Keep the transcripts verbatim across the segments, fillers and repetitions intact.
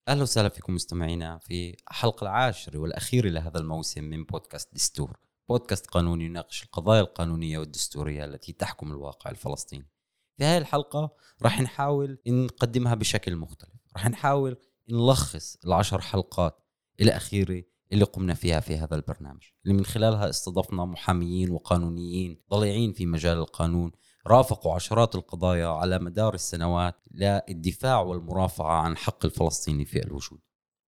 أهلا وسهلا فيكم مستمعينا في الحلقة العاشرة والأخيرة لهذا الموسم من بودكاست دستور. بودكاست قانوني يناقش القضايا القانونية والدستورية التي تحكم الواقع الفلسطيني. في هذه الحلقة راح نحاول إن نقدمها بشكل مختلف. راح نحاول نلخص العشر حلقات الأخيرة اللي قمنا فيها في هذا البرنامج، اللي من خلالها استضفنا محاميين وقانونيين ضليعين في مجال القانون، رافقوا عشرات القضايا على مدار السنوات للدفاع والمرافعة عن حق الفلسطيني في الوجود.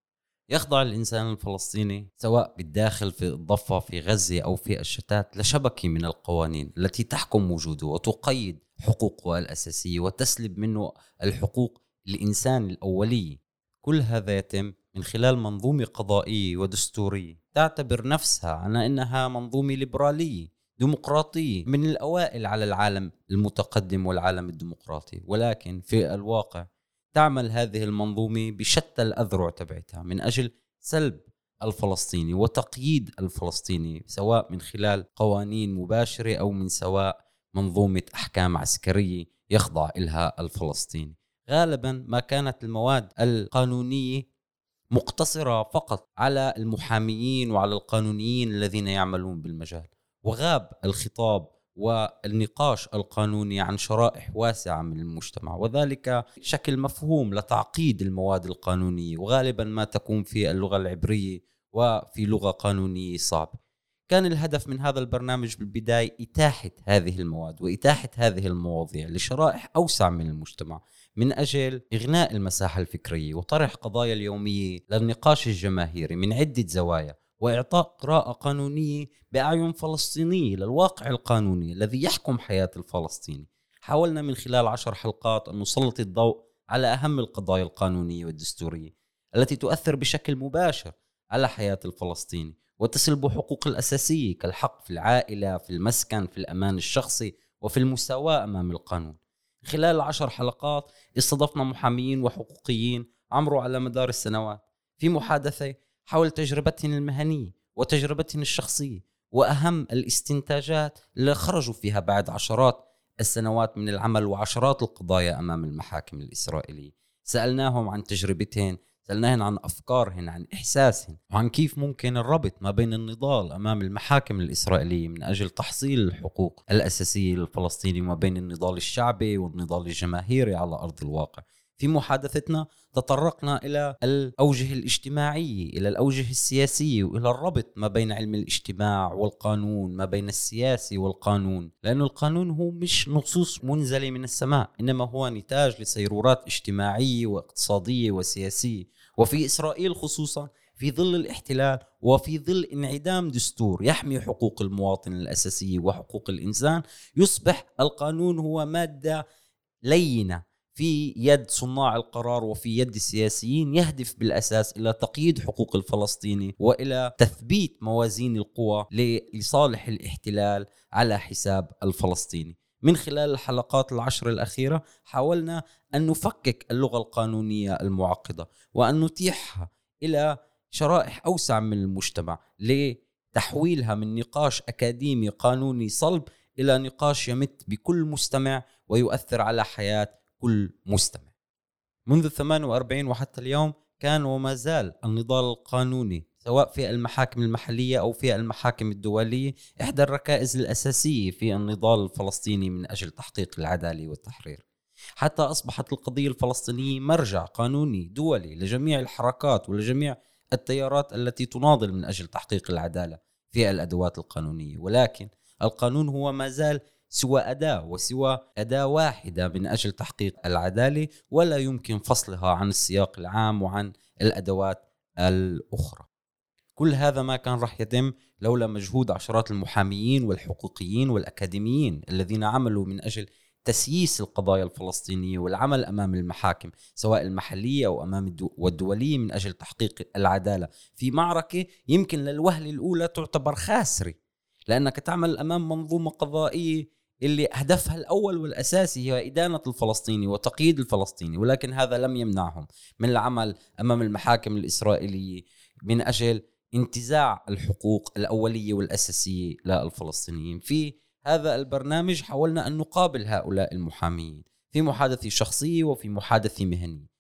يخضع الإنسان الفلسطيني سواء بالداخل في الضفة في غزة أو في الشتات لشبكة من القوانين التي تحكم وجوده وتقيد حقوقه الأساسية وتسلب منه الحقوق الإنسان الأولية. كل هذا يتم من خلال منظومة قضائية ودستورية تعتبر نفسها على أنها منظومة ليبرالية ديمقراطية من الأوائل على العالم المتقدم والعالم الديمقراطي، ولكن في الواقع تعمل هذه المنظومة بشتى الأذرع تبعتها من أجل سلب الفلسطيني وتقييد الفلسطيني، سواء من خلال قوانين مباشرة أو من سواء منظومة أحكام عسكرية يخضع إلها الفلسطيني. غالبا ما كانت المواد القانونية مقتصرة فقط على المحاميين وعلى القانونيين الذين يعملون بالمجال، وغاب الخطاب والنقاش القانوني عن شرائح واسعة من المجتمع، وذلك شكل مفهوم لتعقيد المواد القانونية، وغالبا ما تكون في اللغة العبرية وفي لغة قانونية صعبة. كان الهدف من هذا البرنامج بالبداية إتاحة هذه المواد وإتاحة هذه المواضيع لشرائح أوسع من المجتمع من أجل إغناء المساحة الفكرية وطرح قضايا اليومية للنقاش الجماهيري من عدة زوايا، وإعطاء قراءة قانونية بأعين فلسطينية للواقع القانوني الذي يحكم حياة الفلسطيني. حاولنا من خلال عشر حلقات أن نسلط الضوء على أهم القضايا القانونية والدستورية التي تؤثر بشكل مباشر على حياة الفلسطيني وتسلب حقوق الأساسية كالحق في العائلة، في المسكن، في الأمان الشخصي، وفي المساواة أمام القانون. خلال العشر حلقات استضفنا محاميين وحقوقيين عمروا على مدار السنوات في محادثة حول تجربتهم المهنية وتجربتهم الشخصية وأهم الاستنتاجات اللي خرجوا فيها بعد عشرات السنوات من العمل وعشرات القضايا أمام المحاكم الإسرائيلية. سألناهم عن تجربتهم، سألناهم عن أفكارهم، عن إحساسهم، وعن كيف ممكن الربط ما بين النضال أمام المحاكم الإسرائيلية من أجل تحصيل الحقوق الأساسية للفلسطيني وما بين النضال الشعبي والنضال الجماهيري على أرض الواقع. في محادثتنا تطرقنا إلى الأوجه الاجتماعية، إلى الأوجه السياسية، وإلى الربط ما بين علم الاجتماع والقانون، ما بين السياسي والقانون، لأن القانون هو مش نصوص منزلة من السماء، إنما هو نتاج لسيرورات اجتماعية واقتصادية وسياسية. وفي إسرائيل خصوصا في ظل الاحتلال وفي ظل انعدام دستور يحمي حقوق المواطن الأساسية وحقوق الإنسان، يصبح القانون هو مادة لينة في يد صناع القرار وفي يد السياسيين، يهدف بالأساس إلى تقييد حقوق الفلسطيني وإلى تثبيت موازين القوى لصالح الاحتلال على حساب الفلسطيني. من خلال الحلقات العشر الأخيرة حاولنا أن نفكك اللغة القانونية المعقدة وأن نتيحها إلى شرائح أوسع من المجتمع لتحويلها من نقاش أكاديمي قانوني صلب إلى نقاش يمت بكل مستمع ويؤثر على حياة كل مستمع. منذ ثمانية وأربعين وحتى اليوم كان وما زال النضال القانوني سواء في المحاكم المحلية أو في المحاكم الدولية إحدى الركائز الأساسية في النضال الفلسطيني من أجل تحقيق العدالة والتحرير، حتى أصبحت القضية الفلسطينية مرجع قانوني دولي لجميع الحركات ولجميع التيارات التي تناضل من أجل تحقيق العدالة في الأدوات القانونية. ولكن القانون هو ما زال سوى أداة وسوى أداة واحدة من أجل تحقيق العدالة، ولا يمكن فصلها عن السياق العام وعن الأدوات الأخرى. كل هذا ما كان رح يتم لولا مجهود عشرات المحاميين والحقوقيين والأكاديميين الذين عملوا من أجل تسييس القضايا الفلسطينية والعمل أمام المحاكم سواء المحلية أو أمام الدو والدولية من أجل تحقيق العدالة في معركة يمكن للوهلة الأولى تعتبر خاسرة، لأنك تعمل أمام منظومة قضائية اللي هدفها الأول والأساسي هي إدانة الفلسطيني وتقييد الفلسطيني، ولكن هذا لم يمنعهم من العمل أمام المحاكم الإسرائيلية من أجل انتزاع الحقوق الأولية والأساسية للفلسطينيين. في هذا البرنامج حاولنا أن نقابل هؤلاء المحامين في محادثة شخصية وفي محادثة مهنية.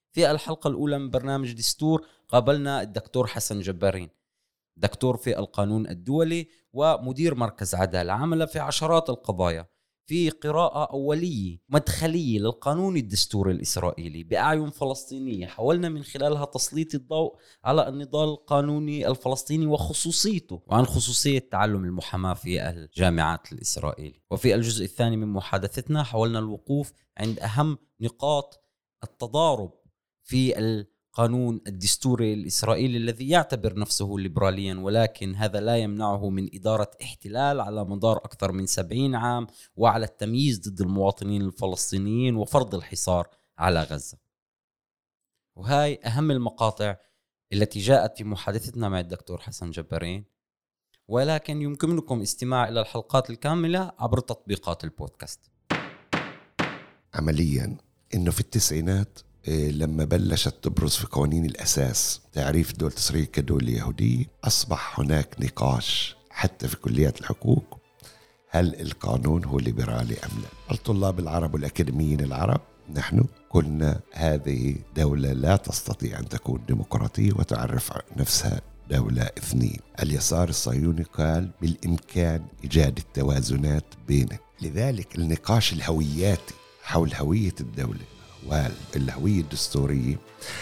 في الحلقة الأولى من برنامج دستور قابلنا الدكتور حسن جبارين، دكتور في القانون الدولي ومدير مركز عدالة، عمل في عشرات القضايا، في قراءة أولية مدخلية للقانون الدستوري الإسرائيلي بأعين فلسطينية، حاولنا من خلالها تسليط الضوء على النضال القانوني الفلسطيني وخصوصيته، وعن خصوصية تعلم المحاماة في الجامعات الإسرائيلية. وفي الجزء الثاني من محادثتنا حاولنا الوقوف عند أهم نقاط التضارب في القانون الدستوري الإسرائيلي الذي يعتبر نفسه ليبراليا، ولكن هذا لا يمنعه من إدارة احتلال على مدار أكثر من سبعين عام، وعلى التمييز ضد المواطنين الفلسطينيين وفرض الحصار على غزة. وهاي أهم المقاطع التي جاءت في محادثتنا مع الدكتور حسن جبارين، ولكن يمكنكم استماع إلى الحلقات الكاملة عبر تطبيقات البودكاست. عمليا إنه في التسعينات لما بلشت تبرز في قوانين الأساس تعريف الدولة الإسرائيلية كدولة يهودية، أصبح هناك نقاش حتى في كليات الحقوق، هل القانون هو ليبرالي أم لا؟ الطلاب العرب والأكاديميين العرب نحن قلنا هذه دولة لا تستطيع أن تكون ديمقراطية وتعرف نفسها دولة اثنين. اليسار الصهيوني قال بالإمكان إيجاد التوازنات بينه. لذلك النقاش الهوياتي حول هوية الدولة والهوية الدستورية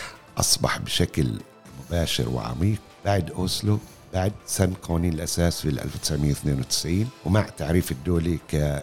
أصبح بشكل مباشر وعميق بعد أوسلو، بعد سن قوانين الأساس في ألف وتسعمائة واثنين وتسعين، ومع تعريف الدولة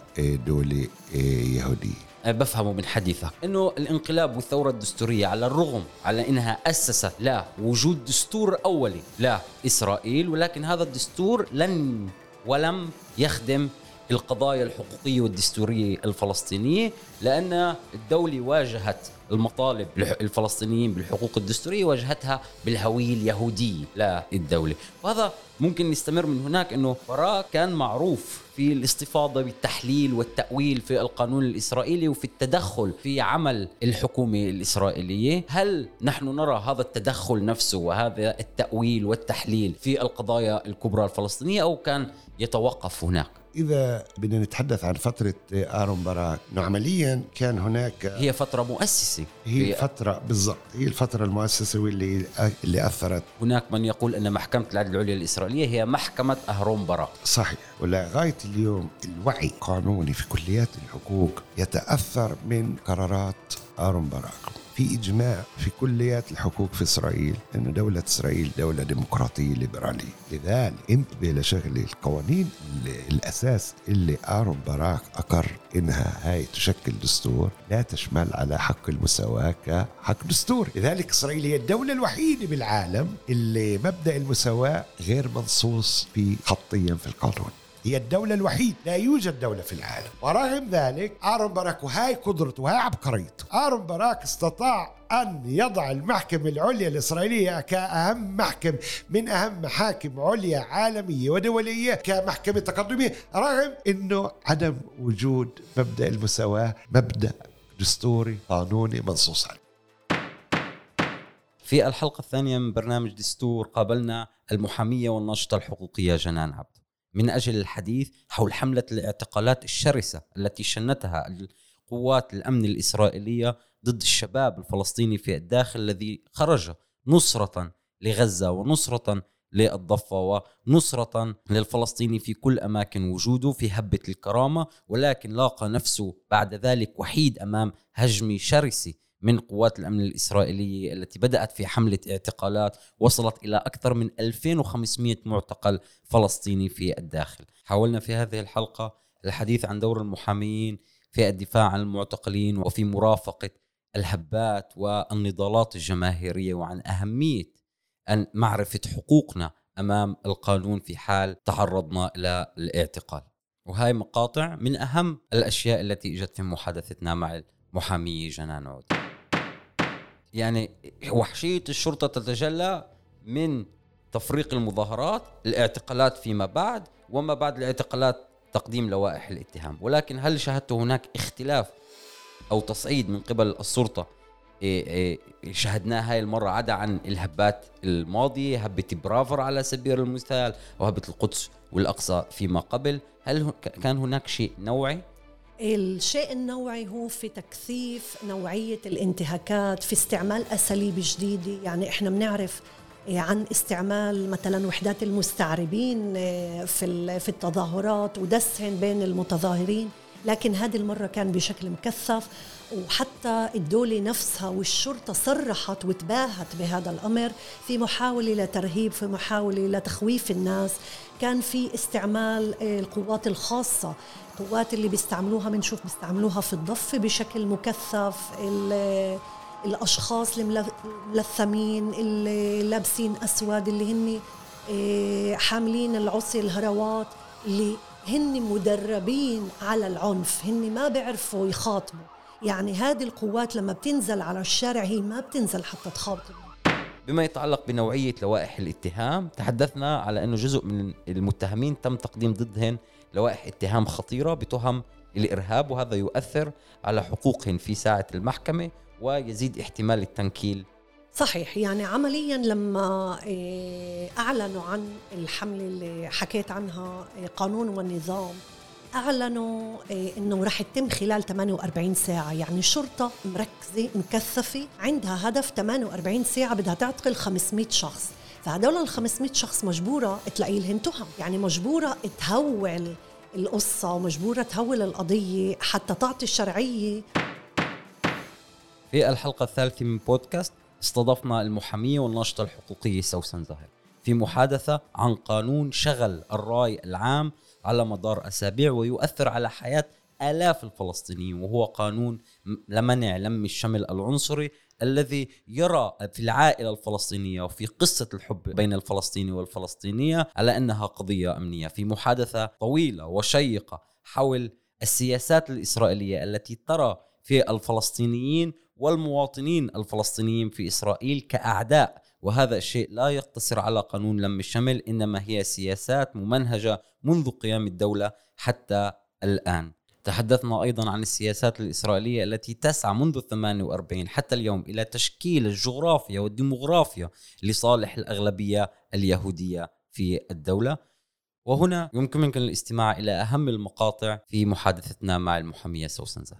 كدولة يهودية. بفهمه من حديثك إنه الانقلاب والثورة الدستورية على الرغم على إنها أسست لا وجود دستور أولي لا إسرائيل، ولكن هذا الدستور لن ولم يخدم القضايا الحقوقية والدستورية الفلسطينية، لأن الدولة واجهت المطالب الفلسطينيين بالحقوق الدستورية واجهتها بالهوية اليهودية لا الدولة. وهذا ممكن نستمر من هناك إنه باراك كان معروف في الاستفاضة بالتحليل والتأويل في القانون الإسرائيلي وفي التدخل في عمل الحكومة الإسرائيلية. هل نحن نرى هذا التدخل نفسه وهذا التأويل والتحليل في القضايا الكبرى الفلسطينية أو كان يتوقف هناك؟ إذا بدنا نتحدث عن فترة آرون باراك، عمليا كان هناك هي فترة مؤسسة، هي فترة بالضبط هي الفترة المؤسسة واللي اللي أثرت. هناك من يقول أن محكمة العدل العليا الإسرائيلية هي محكمة أهرون باراك. صحيح، ولغاية اليوم الوعي القانوني في كليات الحقوق يتأثر من قرارات آرون باراك. في إجماع في كليات الحقوق في إسرائيل أن دولة إسرائيل دولة ديمقراطية ليبرالية. لذلك انتبه لشغلة القوانين الأساس اللي آرون باراك أقر إنها هاي تشكل دستور لا تشمل على حق المساواة كحق دستور. لذلك إسرائيل هي الدولة الوحيدة بالعالم اللي مبدأ المساواة غير منصوص في خطيا في القانون. هي الدولة الوحيدة، لا يوجد دولة في العالم. ورغم ذلك آرون باراك وهاي قدرته وهاي عبقريته، آرون باراك استطاع أن يضع المحكمة العليا الإسرائيلية كأهم محكمة من أهم محاكم عليا عالمية ودولية كمحكمة تقدمية، رغم أنه عدم وجود مبدأ المساواة مبدأ دستوري قانوني منصوص عليه. في الحلقة الثانية من برنامج دستور قابلنا المحامية والناشطة الحقوقية جنان عبد من أجل الحديث حول حملة الاعتقالات الشرسة التي شنتها القوات الأمن الإسرائيلية ضد الشباب الفلسطيني في الداخل الذي خرج نصرة لغزة ونصرة للضفة ونصرة للفلسطيني في كل أماكن وجوده في هبة الكرامة، ولكن لاقى نفسه بعد ذلك وحيد أمام هجمة شرسة من قوات الأمن الإسرائيلية التي بدأت في حملة اعتقالات وصلت إلى أكثر من ألفين وخمسمائة معتقل فلسطيني في الداخل. حاولنا في هذه الحلقة الحديث عن دور المحاميين في الدفاع عن المعتقلين وفي مرافقة الهبات والنضالات الجماهيرية، وعن أهمية أن معرفة حقوقنا أمام القانون في حال تعرضنا إلى الاعتقال. وهاي مقاطع من أهم الأشياء التي اجت في محادثتنا مع المحامية جنان عود. يعني وحشية الشرطة تتجلى من تفريق المظاهرات، الاعتقالات فيما بعد، وما بعد الاعتقالات تقديم لوائح الاتهام. ولكن هل شاهدت هناك اختلاف أو تصعيد من قبل السلطة شاهدناها هاي المرة عدا عن الهبات الماضية، هبة برافر على سبيل المثال وهبة القدس والأقصى فيما قبل؟ هل كان هناك شيء نوعي الشيء النوعي هو في تكثيف نوعية الانتهاكات، في استعمال أساليب جديدة. يعني إحنا بنعرف عن استعمال مثلا وحدات المستعربين في في التظاهرات ودسهم بين المتظاهرين، لكن هذه المرة كان بشكل مكثف، وحتى الدولة نفسها والشرطة صرحت وتباهت بهذا الأمر في محاولة لترهيب، في محاولة لتخويف الناس. كان في استعمال القوات الخاصة، القوات اللي بيستعملوها بنشوف بيستعملوها في الضفة بشكل مكثف، الأشخاص الملثمين اللي لابسين أسود اللي هن حاملين العصي الهروات اللي هن مدربين على العنف، هن ما بيعرفوا يخاطبوا. يعني هذه القوات لما بتنزل على الشارع هي ما بتنزل حتى تخاطب. بما يتعلق بنوعية لوائح الاتهام، تحدثنا على أنه جزء من المتهمين تم تقديم ضدهن لوائح اتهام خطيرة بتهم الإرهاب، وهذا يؤثر على حقوقهن في ساعة المحكمة ويزيد احتمال التنكيل. صحيح. يعني عمليا لما أعلنوا عن الحملة اللي حكيت عنها قانون والنظام، أعلنوا إنه رح يتم خلال ثمانية وأربعين ساعة. يعني الشرطة مركزة مكثفة، عندها هدف ثمانية وأربعين ساعة بدها تعتقل خمسمائة شخص. فهدول ال خمسمائة شخص مجبورة تلاقي لهن تهم، يعني مجبورة تهول القصة ومجبورة تهول القضية حتى تعطي الشرعية. في الحلقة الثالثة من بودكاست استضفنا المحامية والناشطة الحقوقية سوسن زاهر في محادثة عن قانون شغل الرأي العام على مدار أسابيع ويؤثر على حياة آلاف الفلسطينيين، وهو قانون لمنع لم الشمل العنصري الذي يرى في العائلة الفلسطينية وفي قصة الحب بين الفلسطيني والفلسطينية على أنها قضية أمنية. في محادثة طويلة وشيقة حول السياسات الإسرائيلية التي ترى في الفلسطينيين والمواطنين الفلسطينيين في إسرائيل كأعداء، وهذا الشيء لا يقتصر على قانون لم الشمل، إنما هي سياسات ممنهجة منذ قيام الدولة حتى الآن. تحدثنا أيضا عن السياسات الإسرائيلية التي تسعى منذ ثمانية وأربعين حتى اليوم إلى تشكيل الجغرافيا والديموغرافيا لصالح الأغلبية اليهودية في الدولة. وهنا يمكنكم الاستماع إلى أهم المقاطع في محادثتنا مع المحامية سوسن زاهر.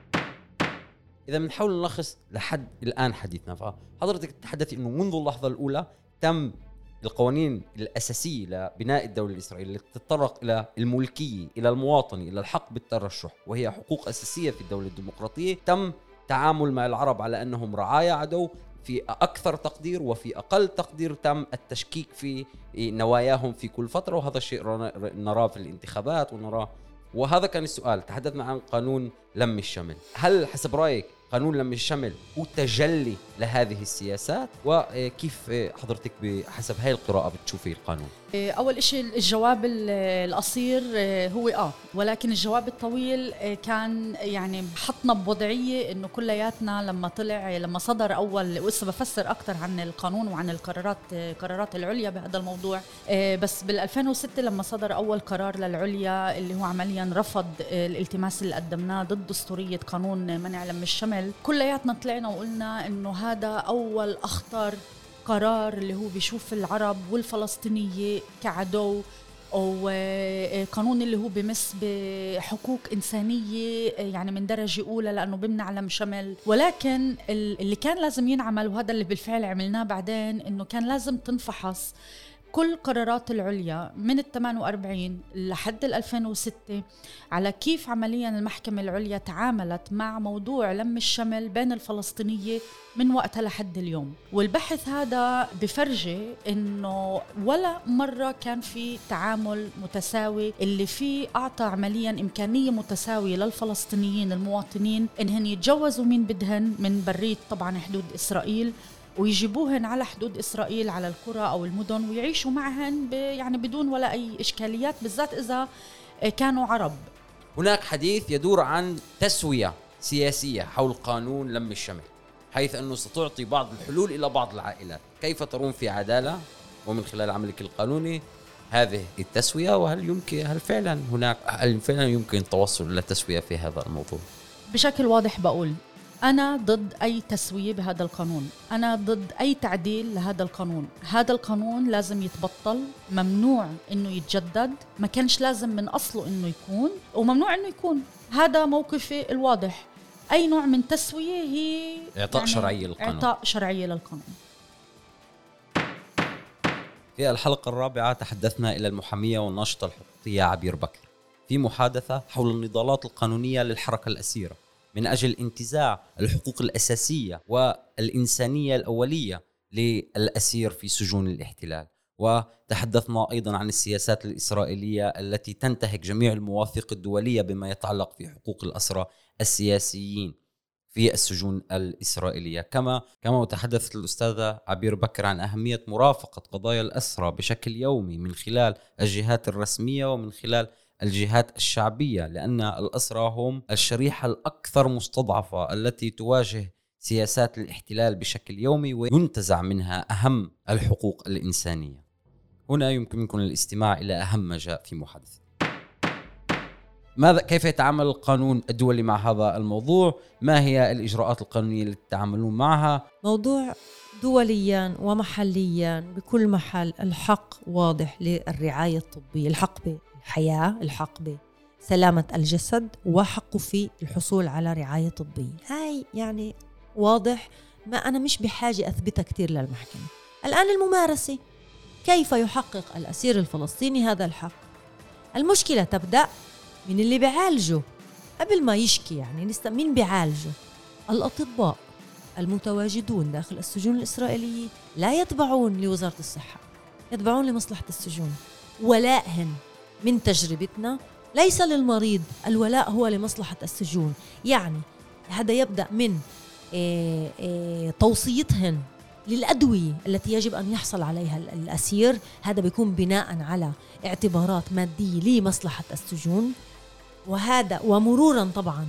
إذا بنحاول نلخص لحد الآن حديثنا، فحضرتك تتحدثي إنه منذ اللحظة الأولى تم القوانين الأساسية لبناء الدولة الإسرائيلية التي تتطرق إلى الملكية، إلى المواطن، إلى الحق بالترشح، وهي حقوق أساسية في الدولة الديمقراطية. تم تعامل مع العرب على أنهم رعايا عدو في أكثر تقدير، وفي أقل تقدير تم التشكيك في نواياهم في كل فترة، وهذا الشيء نراه في الانتخابات ونراه. وهذا كان السؤال. تحدثنا عن قانون لم الشمل، هل حسب رأيك قانون لم الشمل هو تجلي لهذه السياسات؟ وكيف حضرتك بحسب هاي القراءة بتشوفي القانون؟ أول إشي الجواب القصير هو آه، ولكن الجواب الطويل كان يعني حطنا بوضعية إنه كلياتنا لما طلع لما صدر أول، وإسا بفسر أكتر عن القانون وعن القرارات قرارات العليا بهذا الموضوع. بس بالألفين وستة لما صدر أول قرار للعليا اللي هو عمليا رفض الالتماس اللي قدمناه ضد دستورية قانون منع لم الشمل، كلياتنا طلعنا وقلنا إنه هذا أول أخطر قرار اللي هو بيشوف العرب والفلسطينية كعدو، أو قانون اللي هو بمس بحقوق إنسانية يعني من درجة أولى لأنه بمنع لم شمل. ولكن اللي كان لازم ينعمل، وهذا اللي بالفعل عملناه بعدين، إنه كان لازم تنفحص كل قرارات العليا من الثمانية وأربعين لحد الألفين وستة على كيف عمليا المحكمة العليا تعاملت مع موضوع لم الشمل بين الفلسطينية من وقتها لحد اليوم. والبحث هذا بفرجي إنه ولا مرة كان في تعامل متساوي اللي فيه أعطى عمليا إمكانية متساوية للفلسطينيين المواطنين إنهن يتجوزوا من بدهن من برية طبعا حدود إسرائيل، ويجيبوهن على حدود إسرائيل على القرى أو المدن ويعيشوا معهن يعني بدون ولا أي إشكاليات، بالذات إذا كانوا عرب. هناك حديث يدور عن تسوية سياسية حول قانون لم الشمل، حيث أنه ستعطي بعض الحلول إلى بعض العائلات. كيف ترون في عدالة ومن خلال عملك القانوني هذه التسوية؟ وهل يمكن هل فعلا هناك هل فعلا يمكن التوصل إلى تسوية في هذا الموضوع؟ بشكل واضح بقول أنا ضد أي تسوية بهذا القانون، أنا ضد أي تعديل لهذا القانون. هذا القانون لازم يتبطل، ممنوع إنه يتجدد، ما كانش لازم من أصله إنه يكون، وممنوع إنه يكون. هذا موقفي الواضح. أي نوع من تسوية هي إعطاء يعني شرعية للقانون. إعطاء شرعية للقانون. في الحلقة الرابعة تحدثنا إلى المحامية والناشطة الحقوقية عبير بكر في محادثة حول النضالات القانونية للحركة الأسيرة من أجل انتزاع الحقوق الأساسية والإنسانية الأولية للأسير في سجون الاحتلال. وتحدثنا أيضا عن السياسات الإسرائيلية التي تنتهك جميع المواثيق الدولية بما يتعلق في حقوق الأسرى السياسيين في السجون الإسرائيلية. كما كما تحدثت الأستاذة عبير بكر عن أهمية مرافقة قضايا الأسرى بشكل يومي من خلال الجهات الرسمية ومن خلال الجهات الشعبية، لأن الأسرى هم الشريحة الأكثر مستضعفة التي تواجه سياسات الاحتلال بشكل يومي وينتزع منها أهم الحقوق الإنسانية. هنا يمكنكم الاستماع إلى أهم ما جاء في محادثة. ماذا كيف يتعامل القانون الدولي مع هذا الموضوع؟ ما هي الإجراءات القانونية التي تتعاملون معها؟ موضوع دوليا ومحليا بكل محل الحق واضح للرعاية الطبية، الحق بالحياة، الحق بسلامة الجسد، وحقه في الحصول على رعاية طبية. هاي يعني واضح، ما أنا مش بحاجة أثبتها كتير للمحكمة. الآن الممارسة، كيف يحقق الأسير الفلسطيني هذا الحق؟ المشكلة تبدأ من اللي بيعالجه قبل ما يشكي. يعني لسه مين بيعالجه؟ الأطباء المتواجدون داخل السجون الإسرائيلية لا يتبعون لوزارة الصحة، يتبعون لمصلحة السجون. ولائهن من تجربتنا ليس للمريض، الولاء هو لمصلحة السجون. يعني هذا يبدأ من إيه إيه توصيتهن للأدوية التي يجب أن يحصل عليها الأسير، هذا بيكون بناء على اعتبارات مادية لمصلحة السجون. وهذا ومرورا طبعا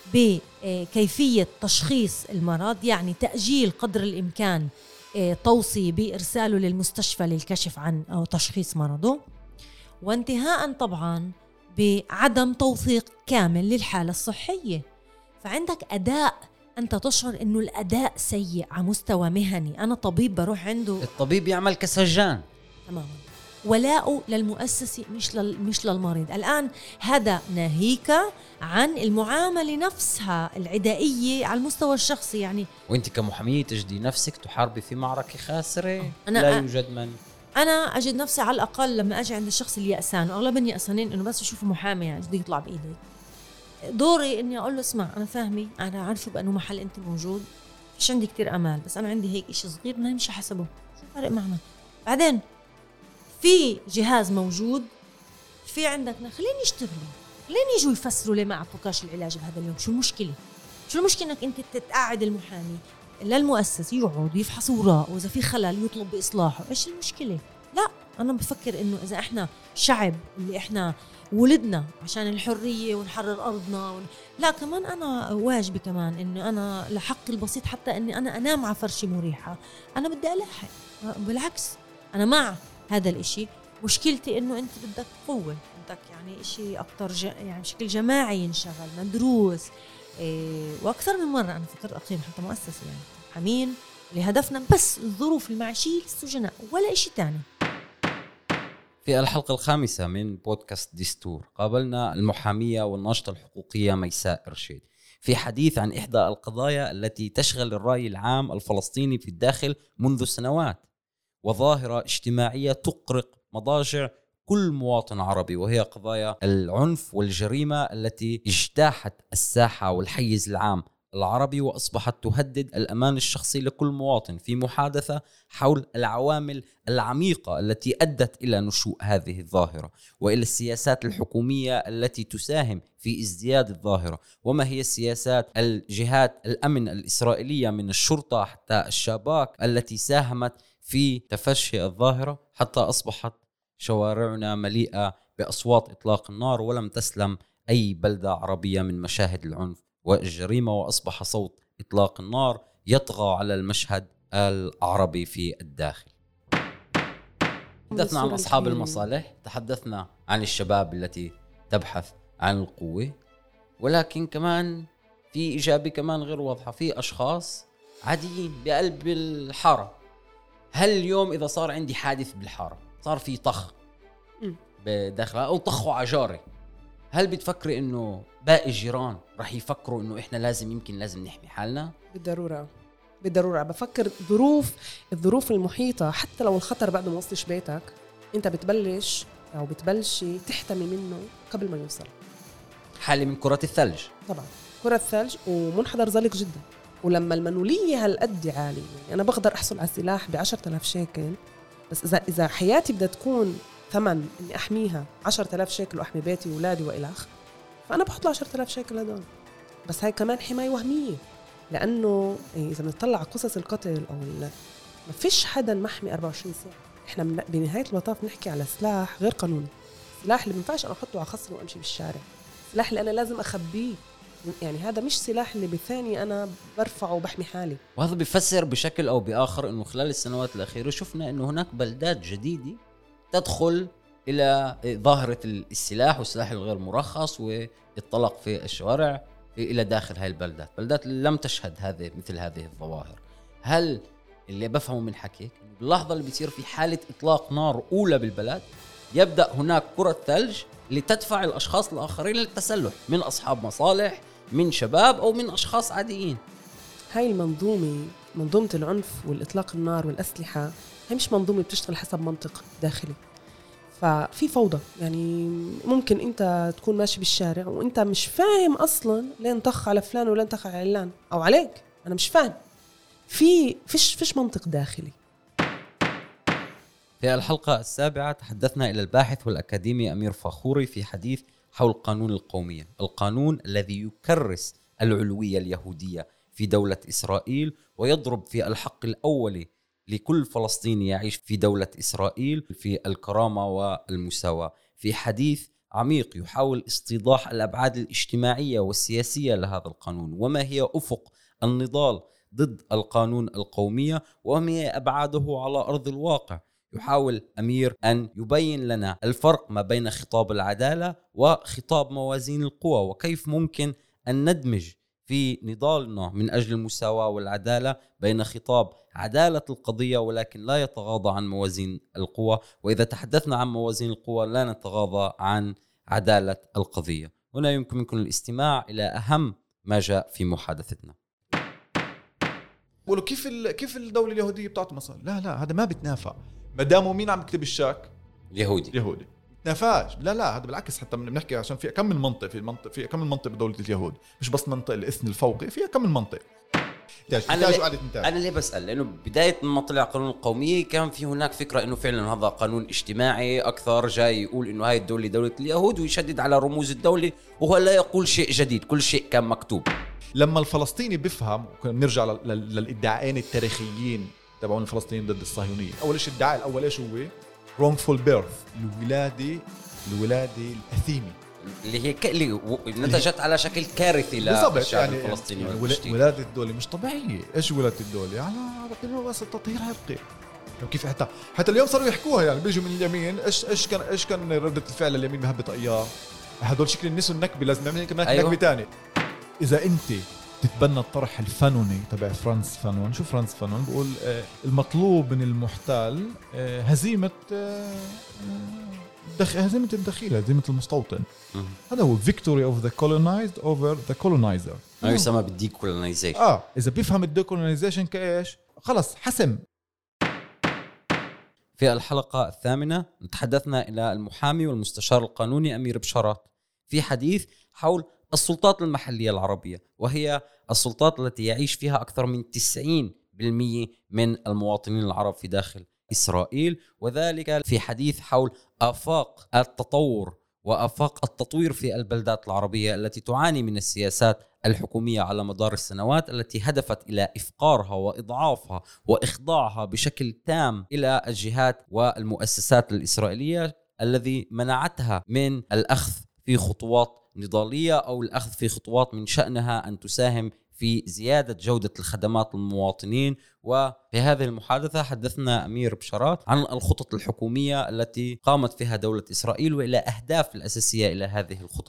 بكيفية تشخيص المرض، يعني تأجيل قدر الإمكان توصي بإرساله للمستشفى للكشف عن أو تشخيص مرضه، وانتهاء طبعا بعدم توثيق كامل للحالة الصحية. فعندك أداء، أنت تشعر إنه الأداء سيء على مستوى مهني. أنا طبيب بروح عنده، الطبيب يعمل كسجان تماما، ولاؤه للمؤسسة مش لل... مش للمريض. الآن هذا ناهيك عن المعاملة نفسها العدائية على المستوى الشخصي. يعني وانت كمحامية تجدي نفسك تحاربي في معركة خاسرة، أنا لا أ... يوجد من أنا أجد نفسي على الأقل لما أجي عند الشخص اليأسان، وأغلبا يأسانين إنه بس يشوفوا محامي يعني بده يطلع بإيدي، دوري إني أقول له اسمع، أنا فاهمي، أنا عارفه بأنه محل أنت موجود، مش عندي كتير أمال، بس أنا عندي هيك إشي صغير ما يمشي حسبه، شو فارق معنا؟ بعدين في جهاز موجود، في عندك، خليني يشتغلوا، خليني يجوا يفسروا ليه ما أعطوكاش العلاج بهذا اليوم. شو المشكلة؟ شو المشكلة إنك أنت تتقاعد المحامي للمؤسس يقعد يفحص وراء، وإذا في خلل يطلب بإصلاحه. إيش المشكلة؟ لا، أنا بفكر إنه إذا إحنا شعب اللي إحنا ولدنا عشان الحرية ونحرر أرضنا ون... لا، كمان أنا واجبي كمان إنه أنا لحقي البسيط حتى إني أنا أنام على فرشة مريحة، أنا بدي ألاحق. بالعكس أنا مع هذا الإشي. مشكلتي إنه أنت بدك قوة، بدك يعني إشي أكتر ج... يعني بشكل جماعي ينشغل، مدروس إيه. وأكثر من مرة أنا فكرت أقيم حتى مؤسسة يعني حمين لهدفنا بس الظروف المعيشية للسجناء ولا إشي تاني. في الحلقة الخامسة من بودكاست دستور قابلنا المحامية والناشطة الحقوقية ميساء إرشاد في حديث عن إحدى القضايا التي تشغل الرأي العام الفلسطيني في الداخل منذ سنوات، وظاهرة اجتماعية تقرق مضاجع كل مواطن عربي، وهي قضايا العنف والجريمة التي اجتاحت الساحة والحيز العام العربي وأصبحت تهدد الأمان الشخصي لكل مواطن. في محادثة حول العوامل العميقة التي أدت إلى نشوء هذه الظاهرة وإلى السياسات الحكومية التي تساهم في ازدياد الظاهرة، وما هي السياسات الجهات الأمن الإسرائيلية من الشرطة حتى الشباك التي ساهمت في تفشي الظاهرة حتى أصبحت شوارعنا مليئة بأصوات إطلاق النار، ولم تسلم أي بلدة عربية من مشاهد العنف والجريمة، وأصبح صوت إطلاق النار يطغى على المشهد العربي في الداخل. تحدثنا عن أصحاب المصالح، تحدثنا عن الشباب التي تبحث عن القوة، ولكن كمان في إيجابي كمان غير واضحة، في أشخاص عاديين بقلب الحارة. هل اليوم إذا صار عندي حادث بالحارة، صار في طخ بداخلها أو طخوا عجاري، هل بتفكري إنه باقي الجيران رح يفكروا إنه إحنا لازم يمكن لازم نحمي حالنا؟ بالضرورة بالضرورة. بفكر ظروف الظروف المحيطة، حتى لو الخطر بعد ما وصلش بيتك أنت بتبلش أو بتبلشي تحتمي منه قبل ما يوصل. حالة من كرة الثلج طبعا كرة ثلج ومنحدر زلق جدا. ولما المنولية هالقد عالية، يعني أنا بقدر أحصل على سلاح بعشرة آلاف شيكل، بس إذا إذا حياتي بدها تكون ثمن إني أحميها عشرة آلاف شيكل وأحمي بيتي وولادي وإلخ، فأنا بحط له عشرة آلاف شيكل هدول. بس هاي كمان حماية وهمية، لأنه إذا بنطلع على قصص القتل أو ما فيش حدا محمي أربعة وعشرين ساعة. إحنا بنهاية المطاف نحكي على سلاح غير قانوني، سلاح اللي بنفعش أنا أحطه على خصري وأمشي بالشارع، سلاح اللي أنا لازم أخبيه. يعني هذا مش سلاح اللي بثاني أنا برفعه وبحمي حالي. وهذا بيفسر بشكل أو بآخر أنه خلال السنوات الأخيرة شفنا أنه هناك بلدات جديدة تدخل إلى ظاهرة السلاح والسلاح الغير مرخص والطلق في الشوارع إلى داخل هاي البلدات، بلدات لم تشهد هذه مثل هذه الظواهر. هل اللي بفهمه من حكيك باللحظة اللي بيصير في حالة إطلاق نار أولى بالبلد يبدأ هناك كرة ثلج لتدفع الأشخاص الآخرين للتسلح، من أصحاب مصالح، من شباب أو من أشخاص عاديين؟ هاي المنظومة، منظومة العنف والإطلاق النار والأسلحة، هي مش منظومة بتشتغل حسب منطق داخلي. ففي فوضى، يعني ممكن أنت تكون ماشي بالشارع وأنت مش فاهم أصلاً لين طخ على فلان ولين طخ على علان أو عليك، أنا مش فاهم. في فيش فيش منطق داخلي. في الحلقة السابعة تحدثنا إلى الباحث والأكاديمي أمير فخوري في حديث حول قانون القومية، القانون الذي يكرس العلوية اليهودية في دولة إسرائيل ويضرب في الحق الأولي لكل فلسطيني يعيش في دولة إسرائيل في الكرامة والمساواة. في حديث عميق يحاول استيضاح الأبعاد الاجتماعية والسياسية لهذا القانون، وما هي أفق النضال ضد القانون القومية وما هي أبعاده على أرض الواقع. يحاول أمير أن يبين لنا الفرق ما بين خطاب العدالة وخطاب موازين القوى، وكيف ممكن أن ندمج في نضالنا من أجل المساواة والعدالة بين خطاب عدالة القضية ولكن لا يتغاضى عن موازين القوى، وإذا تحدثنا عن موازين القوى لا نتغاضى عن عدالة القضية. هنا يمكن منكم الاستماع إلى أهم ما جاء في محادثتنا. بقولوا كيف كيف الدولة اليهودية بتعطي مصر؟ لا لا هذا ما بتنافع، ما داموا مين عم يكتب الشاك؟ اليهودي. يهودي نافاش. لا لا هذا بالعكس، حتى بنحكي عشان في كم من منطق في المنطق في كم من منطق بدولة اليهود، مش بس منطق الإثن الفوقي، فيها كم من منطق. أنا, لي... أنا ليه بسأل؟ لأنه بداية ما طلع قانون القومية كان في هناك فكرة إنه فعلا هذا قانون اجتماعي أكثر، جاي يقول إنه هاي الدولة دولة اليهود ويشدد على رموز الدولة، وهو لا يقول شيء جديد، كل شيء كان مكتوب. لما الفلسطيني بيفهم، نرجع للإدعاءين التاريخيين تبعون الفلسطينيين ضد الصهيونية. أول شيء الادعاء الأول إيش هو؟ wrongful birth، الولادة الولادة الأثيمة اللي هي ك... اللي نتجت على شكل كارثي للشعب يعني الفلسطيني. يعني ولادة الدولة مش طبيعية. إيش ولادة الدولة؟ يعني بس التطهير عرقي. كيف حتى حتى اليوم صاروا يحكوها، يعني بيجوا من اليمين إيش إيش كان إيش كان ردة الفعل اليمين بهبة طيار هدول شكل النسو النكبة، لازم نعمل كمان أيوه. نكبة تاني. إذا أنت تتبنى الطرح الفانوني تبع فرانس فانون، شو فرانس فانون بقول آه المطلوب من المحتال آه هزيمة آه دخ... هزيمة الدخيل، هزيمة المستوطن. هذا هو victory of the colonized over the colonizer. ما يسمى بالديكولونيزيشن. آه إذا بيفهم الديكولونيزيشن كإيش خلص حسم. في الحلقة الثامنة تحدثنا إلى المحامي والمستشار القانوني أمير بشارات في حديث حول السلطات المحلية العربية، وهي السلطات التي يعيش فيها أكثر من تسعين بالمئة من المواطنين العرب في داخل إسرائيل، وذلك في حديث حول آفاق التطور وآفاق التطوير في البلدات العربية التي تعاني من السياسات الحكومية على مدار السنوات التي هدفت إلى إفقارها وإضعافها وإخضاعها بشكل تام إلى الجهات والمؤسسات الإسرائيلية الذي منعتها من الأخذ في خطوات نضالية أو الأخذ في خطوات من شأنها أن تساهم في زيادة جودة الخدمات للمواطنين. وفي هذه المحادثة حدثنا أمير بشارات عن الخطط الحكومية التي قامت فيها دولة إسرائيل وإلى أهداف الأساسية إلى هذه الخطط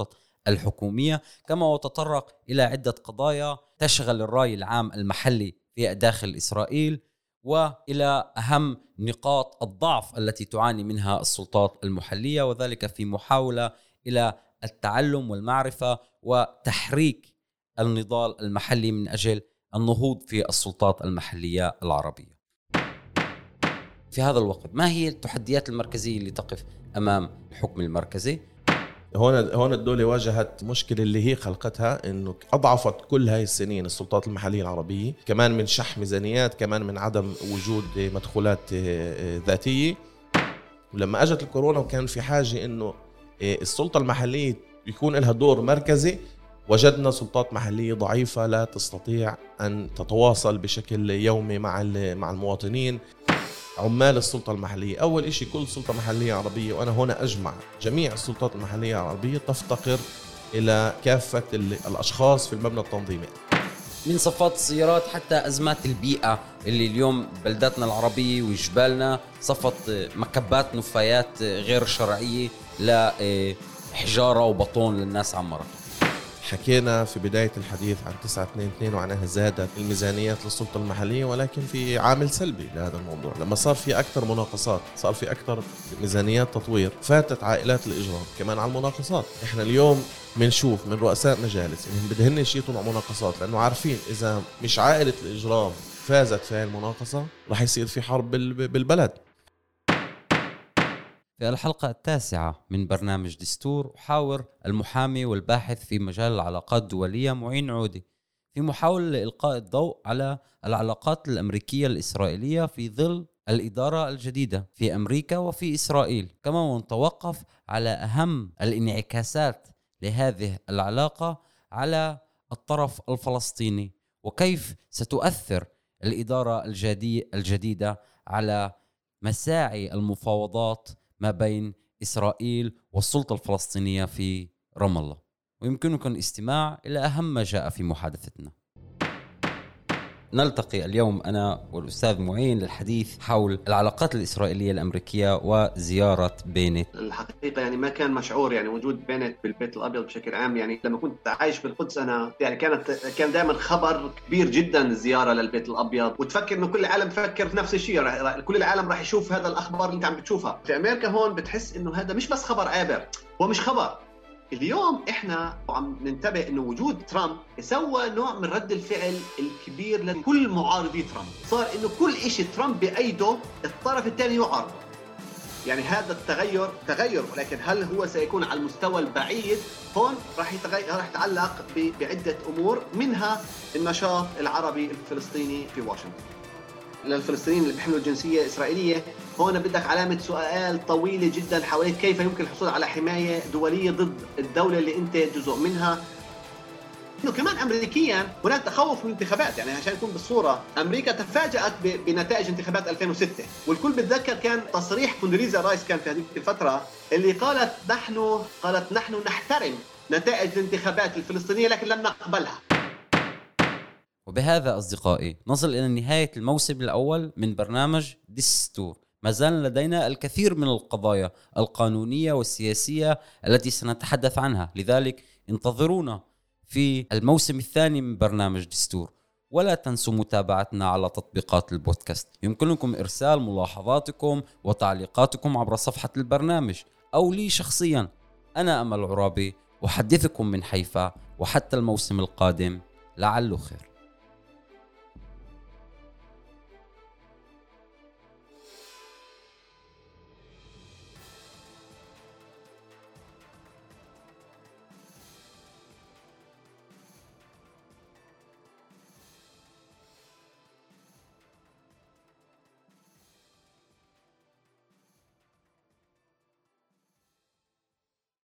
الحكومية، كما وتطرق إلى عدة قضايا تشغل الرأي العام المحلي في داخل إسرائيل، وإلى أهم نقاط الضعف التي تعاني منها السلطات المحلية، وذلك في محاولة إلى التعلم والمعرفة وتحريك النضال المحلي من أجل النهوض في السلطات المحلية العربية. في هذا الوقت ما هي التحديات المركزية اللي تقف أمام الحكم المركزي؟ هون هون الدولة واجهت مشكلة اللي هي خلقتها، إنه أضعفت كل هاي السنين السلطات المحلية العربية، كمان من شح ميزانيات، كمان من عدم وجود مدخولات ذاتية. ولما أجت الكورونا وكان في حاجة إنه السلطة المحلية يكون لها دور مركزي، وجدنا سلطات محلية ضعيفة لا تستطيع أن تتواصل بشكل يومي مع مع المواطنين. عمال السلطة المحلية، أول إشي كل سلطة محلية عربية، وأنا هنا أجمع جميع السلطات المحلية العربية، تفتقر إلى كافة الأشخاص في المبنى التنظيمي، من صفات السيارات حتى أزمات البيئة اللي اليوم بلداتنا العربية وجبالنا صفت مكبات نفايات غير شرعية لحجارة وبطون للناس عمرت. حكينا في بداية الحديث عن تسعة اثنين اثنين وعنها زادت الميزانيات للسلطة المحلية، ولكن في عامل سلبي لهذا الموضوع. لما صار في أكثر مناقصات، صار في أكثر ميزانيات تطوير، فاتت عائلات الإجرام كمان على المناقصات. إحنا اليوم بنشوف من رؤساء مجالس إنهم بدهن يشيطوا مناقصات، لأنه عارفين إذا مش عائلة الإجرام فازت في هذه المناقصة رح يصير في حرب بالبلد. في الحلقة التاسعة من برنامج دستور أحاور المحامي والباحث في مجال العلاقات الدولية معين عودي في محاولة لإلقاء الضوء على العلاقات الأمريكية الإسرائيلية في ظل الإدارة الجديدة في أمريكا وفي إسرائيل، كما نتوقف على أهم الانعكاسات لهذه العلاقة على الطرف الفلسطيني، وكيف ستؤثر الإدارة الجديدة على مساعي المفاوضات ما بين إسرائيل والسلطة الفلسطينية في رام الله. ويمكنكم الاستماع إلى أهم ما جاء في محادثتنا. نلتقي اليوم أنا والأستاذ معين للحديث حول العلاقات الإسرائيلية الأمريكية وزيارة بينت. الحقيقة يعني ما كان مشعور يعني وجود بينت بالبيت الأبيض بشكل عام. يعني لما كنت عايش بالقدس أنا يعني كانت كان دائما خبر كبير جدا الزيارة للبيت الأبيض، وتفكر إنه كل العالم تفكر في نفس الشيء، كل العالم راح يشوف هذا الأخبار اللي أنت عم بتشوفها في أمريكا. هون بتحس إنه هذا مش بس خبر عابر، هو مش خبر. اليوم احنا عم ننتبه انه وجود ترامب سوى نوع من رد الفعل الكبير لكل معارضي ترامب. صار انه كل شيء ترامب بأيده الطرف الثاني يعارضه. يعني هذا التغير تغير، ولكن هل هو سيكون على المستوى البعيد؟ هون راح يتغير، راح يتعلق بعدة امور، منها النشاط العربي الفلسطيني في واشنطن. للفلسطينيين اللي بيحملوا الجنسية الإسرائيلية هون بدك علامة سؤال طويلة جدا حوالين كيف يمكن الحصول على حماية دولية ضد الدولة اللي أنت جزء منها. إنه كمان أمريكيا هناك تخوف من الانتخابات. يعني عشان يكون بالصورة، أمريكا تفاجأت بنتائج انتخابات ألفين وستة، والكل بتذكر كان تصريح كوندريزا رايس كان في هذه الفترة اللي قالت نحن قالت نحن نحترم نتائج الانتخابات الفلسطينية لكن لن نقبلها. وبهذا أصدقائي نصل إلى نهاية الموسم الأول من برنامج دستور. ما زال لدينا الكثير من القضايا القانونية والسياسية التي سنتحدث عنها، لذلك انتظرونا في الموسم الثاني من برنامج دستور. ولا تنسوا متابعتنا على تطبيقات البودكاست. يمكنكم إرسال ملاحظاتكم وتعليقاتكم عبر صفحة البرنامج أو لي شخصيا. أنا أمل عرابي أحدثكم من حيفا، وحتى الموسم القادم لعله خير.